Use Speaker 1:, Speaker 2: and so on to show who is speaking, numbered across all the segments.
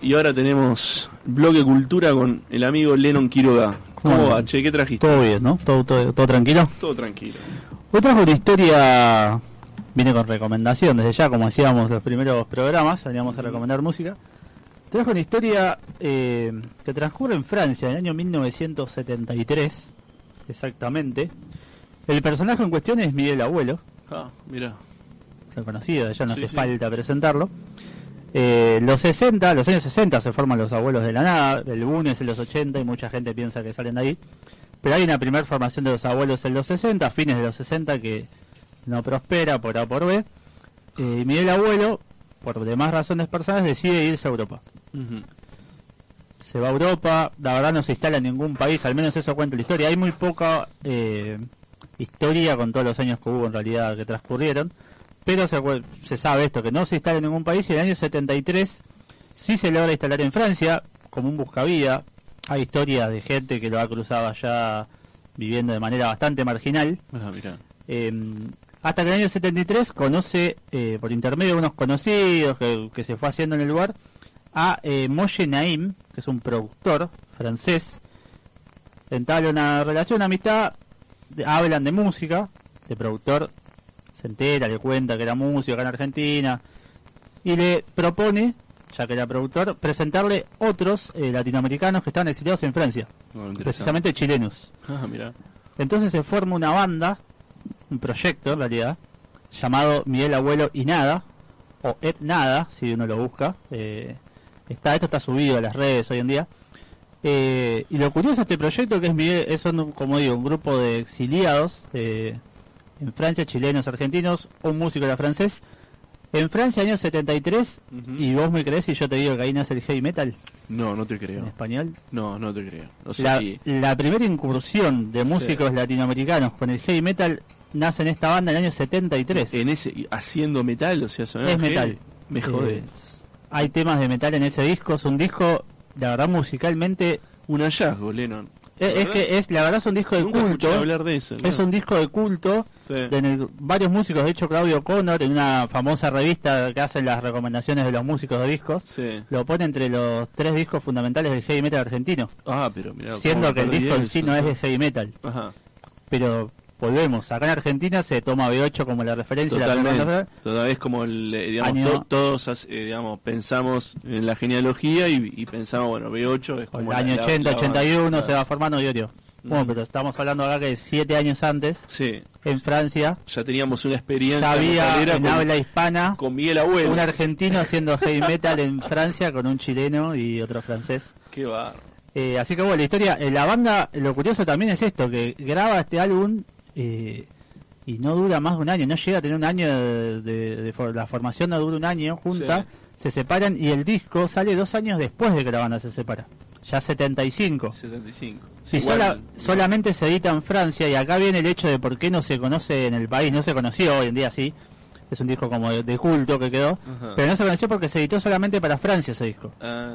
Speaker 1: y ahora tenemos Bloque Cultura con el amigo Lennon Quiroga. ¿Cómo va, che? ¿Qué trajiste?
Speaker 2: Todo bien, ¿no? ¿Todo tranquilo?
Speaker 1: Todo tranquilo.
Speaker 2: Hoy trajo una historia, viene con recomendación desde ya, como hacíamos los primeros programas, veníamos a recomendar música. Trajo una historia que transcurre en Francia, en el año 1973, exactamente. El personaje en cuestión es Miguel Abuelo.
Speaker 1: Ah, mira.
Speaker 2: Reconocido, ya no hace falta presentarlo. Los años 60 se forman los Abuelos de la Nada, el boom es en los 80 y mucha gente piensa que salen de ahí. Pero hay una primera formación de los Abuelos en los 60, fines de los 60, que no prospera por A por B. Miguel Abuelo, por demás razones personales, decide irse a Europa. Se va a Europa, la verdad no se instala en ningún país, al menos eso cuenta la historia. Hay muy poca historia con todos los años que hubo en realidad que transcurrieron. Pero se sabe esto, que no se instala en ningún país, y en el año 73 sí se logra instalar en Francia, como un buscavida. Hay historias de gente que lo ha cruzado allá viviendo de manera bastante marginal.
Speaker 1: Mirá.
Speaker 2: Hasta que en el año 73 conoce, por intermedio de unos conocidos que se fue haciendo en el lugar, a Moye Naim, que es un productor francés. Entabla una relación, una amistad, hablan de música, de productor. Se entera, le cuenta que era músico acá en Argentina y le propone, ya que era productor, presentarle otros latinoamericanos que estaban exiliados en Francia, precisamente chilenos.
Speaker 1: Mirá.
Speaker 2: Entonces se forma una banda, un proyecto en realidad, llamado Miguel Abuelo y Nada, o Et Nada, si uno lo busca. Esto está subido a las redes hoy en día. Y lo curioso de este proyecto que es Miguel, son, como digo, un grupo de exiliados en Francia, chilenos, argentinos, un músico era francés. En Francia, año 73, y vos me creés y yo te digo que ahí nace el heavy metal.
Speaker 1: No te creo.
Speaker 2: ¿En español?
Speaker 1: No te creo. No sé
Speaker 2: la primera incursión de músicos latinoamericanos con el heavy metal nace en esta banda en el año 73.
Speaker 1: Haciendo metal, o sea,
Speaker 2: es metal.
Speaker 1: Me jodés.
Speaker 2: Hay temas de metal en ese disco, es un disco, la verdad, musicalmente...
Speaker 1: Un hallazgo, Lennon.
Speaker 2: La verdad es un disco de culto.
Speaker 1: Hablar de eso, ¿no?
Speaker 2: Es un disco de culto.
Speaker 1: Sí.
Speaker 2: Varios músicos, de hecho Claudio Connor, en una famosa revista que hace las recomendaciones de los músicos de discos, lo pone entre los 3 discos fundamentales del heavy metal argentino.
Speaker 1: Pero mirá,
Speaker 2: siendo que el disco en sí no es de heavy metal. Pero volvemos, acá en Argentina se toma B8 como la referencia.
Speaker 1: Totalmente. Toda vez como todos pensamos en la genealogía y pensamos, bueno, B8 es como
Speaker 2: el año 80, 81 se va formando Diorio. Bueno, pero estamos hablando acá que 7 años antes, en Francia,
Speaker 1: ya teníamos una experiencia.
Speaker 2: Había en habla hispana
Speaker 1: con Miguel Abuelo,
Speaker 2: un argentino haciendo heavy metal en Francia con un chileno y otro francés.
Speaker 1: Qué barro.
Speaker 2: Así que bueno, la historia, la banda, lo curioso también es esto, que graba este álbum y no dura más de un año, no llega a tener un año la formación no dura un año junta, se separan y el disco sale 2 años después de que la banda se separa, ya 75. Sí, solamente se edita en Francia, y acá viene el hecho de por qué no se conoce en el país, no se conoció, hoy en día sí, es un disco como de culto que quedó, pero no se conoció porque se editó solamente para Francia ese disco.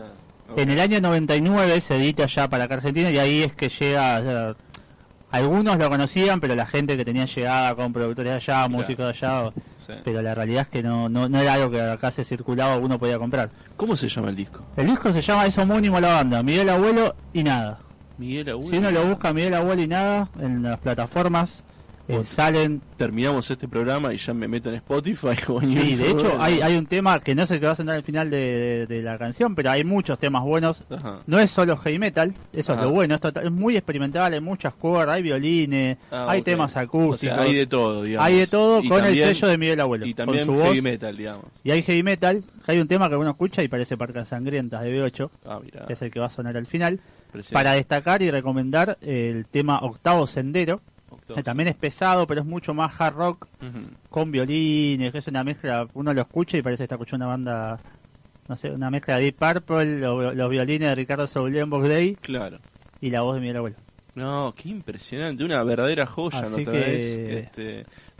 Speaker 2: En el año 99 se edita ya para acá Argentina, y ahí es que llega... Algunos lo conocían, pero la gente que tenía llegada con productores de allá, músicos de allá, pero la realidad es que no era algo que acá se circulaba o uno podía comprar.
Speaker 1: ¿Cómo se llama el disco?
Speaker 2: El disco se llama, es homónimo a la banda, Miguel Abuelo y Nada.
Speaker 1: Miguel Abuelo.
Speaker 2: Si uno lo busca, Miguel Abuelo y Nada, en las plataformas salen...
Speaker 1: Terminamos este programa y ya me meto en Spotify o en
Speaker 2: Sí,
Speaker 1: YouTube.
Speaker 2: de hecho hay un tema que no es el que va a sonar al final de la canción, pero hay muchos temas buenos. No es solo heavy metal, eso es lo bueno, es muy experimental, hay muchas cuerdas, hay violines, hay temas acústicos.
Speaker 1: O sea, hay de todo, digamos.
Speaker 2: Hay de todo
Speaker 1: y
Speaker 2: con
Speaker 1: también,
Speaker 2: el sello de Miguel Abuelo.
Speaker 1: Y también
Speaker 2: con su
Speaker 1: heavy
Speaker 2: voz.
Speaker 1: metal, digamos.
Speaker 2: Y hay heavy metal, hay un tema que uno escucha y parece Parcas Sangrientas de B8, que es el que va a sonar al final. Para destacar y recomendar el tema Octavo Sendero, que también es pesado, pero es mucho más hard rock, con violines, que es una mezcla, uno lo escucha y parece que está escuchando una banda, no sé, una mezcla de Deep Purple, los violines de Ricardo Soule en Box Day, y la voz de Miguel Abuelo.
Speaker 1: No, qué impresionante, una verdadera joya.
Speaker 2: Así que...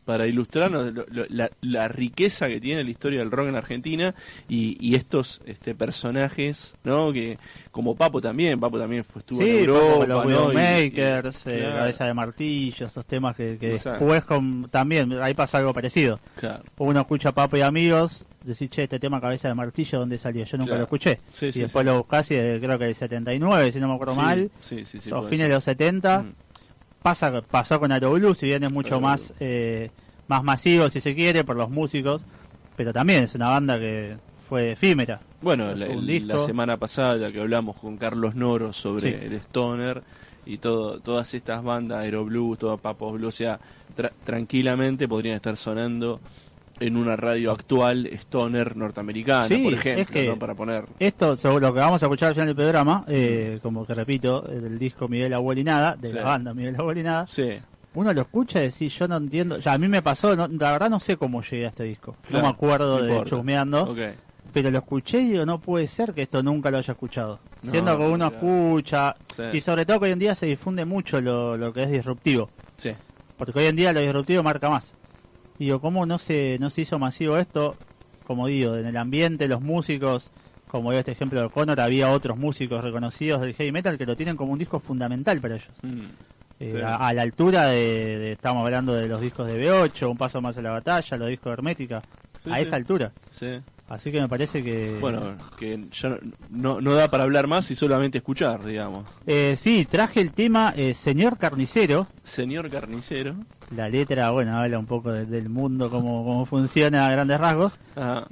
Speaker 1: para ilustrarnos la riqueza que tiene la historia del rock en Argentina y estos personajes, ¿no? Que como Papo también estuvo en Europa,
Speaker 2: los
Speaker 1: ¿no?
Speaker 2: Widowmakers,
Speaker 1: claro.
Speaker 2: Cabeza de Martillo, esos temas que después también ahí pasa algo parecido.
Speaker 1: Claro.
Speaker 2: Uno escucha Papo y Amigos, decís, che, este tema Cabeza de Martillo, ¿dónde salió? Yo nunca lo escuché.
Speaker 1: Sí,
Speaker 2: y después lo buscás y creo que del 79, si no me acuerdo mal, o fines de los 70. Pasó con Aeroblues, si bien es mucho más masivo, si se quiere, por los músicos, pero también es una banda que fue efímera.
Speaker 1: Bueno, la semana pasada que hablamos con Carlos Noro sobre el Stoner y todas estas bandas, Aeroblues, toda Papo Blues, o sea, tranquilamente podrían estar sonando en una radio actual Stoner norteamericana, por ejemplo,
Speaker 2: es que
Speaker 1: ¿no? Para poner
Speaker 2: esto, sobre lo que vamos a escuchar al final del programa, como que repito, del disco Miguel Abuelo y Nada, de la banda Miguel Abuelo y Nada, uno lo escucha y decís, yo no entiendo, ya a mí me pasó, la verdad no sé cómo llegué a este disco, no me acuerdo de chusmeando, pero lo escuché y digo, no puede ser que esto nunca lo haya escuchado, siendo que uno escucha, y sobre todo que hoy en día se difunde mucho lo que es disruptivo, porque hoy en día lo disruptivo marca más. Digo, ¿cómo no se hizo masivo esto? Como digo, en el ambiente, los músicos, como digo este ejemplo de Connor, había otros músicos reconocidos del heavy metal que lo tienen como un disco fundamental para ellos. A la altura de estamos hablando de los discos de B8, Un Paso Más a la Batalla, los discos de Hermética, a esa altura. Así que me parece que...
Speaker 1: Bueno, que ya no da para hablar más y solamente escuchar, digamos.
Speaker 2: Sí, traje el tema Señor Carnicero.
Speaker 1: Señor Carnicero.
Speaker 2: La letra, bueno, habla un poco del mundo, cómo funciona a grandes rasgos.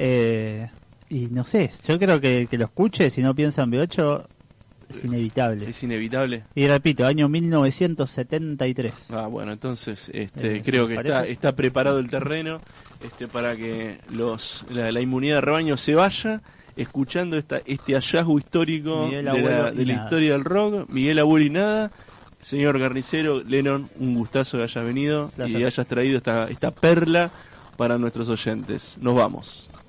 Speaker 2: Y no sé, yo creo que lo escuche, si no piensa en B8, es inevitable.
Speaker 1: Es inevitable.
Speaker 2: Y repito, año 1973.
Speaker 1: Bueno, entonces creo que está preparado el terreno para que la inmunidad de rebaño se vaya escuchando este hallazgo histórico de la historia del rock. Miguel Abuelo y Nada. Señor Carnicero, Lennon, un gustazo que hayas venido y hayas traído esta perla para nuestros oyentes. Nos vamos.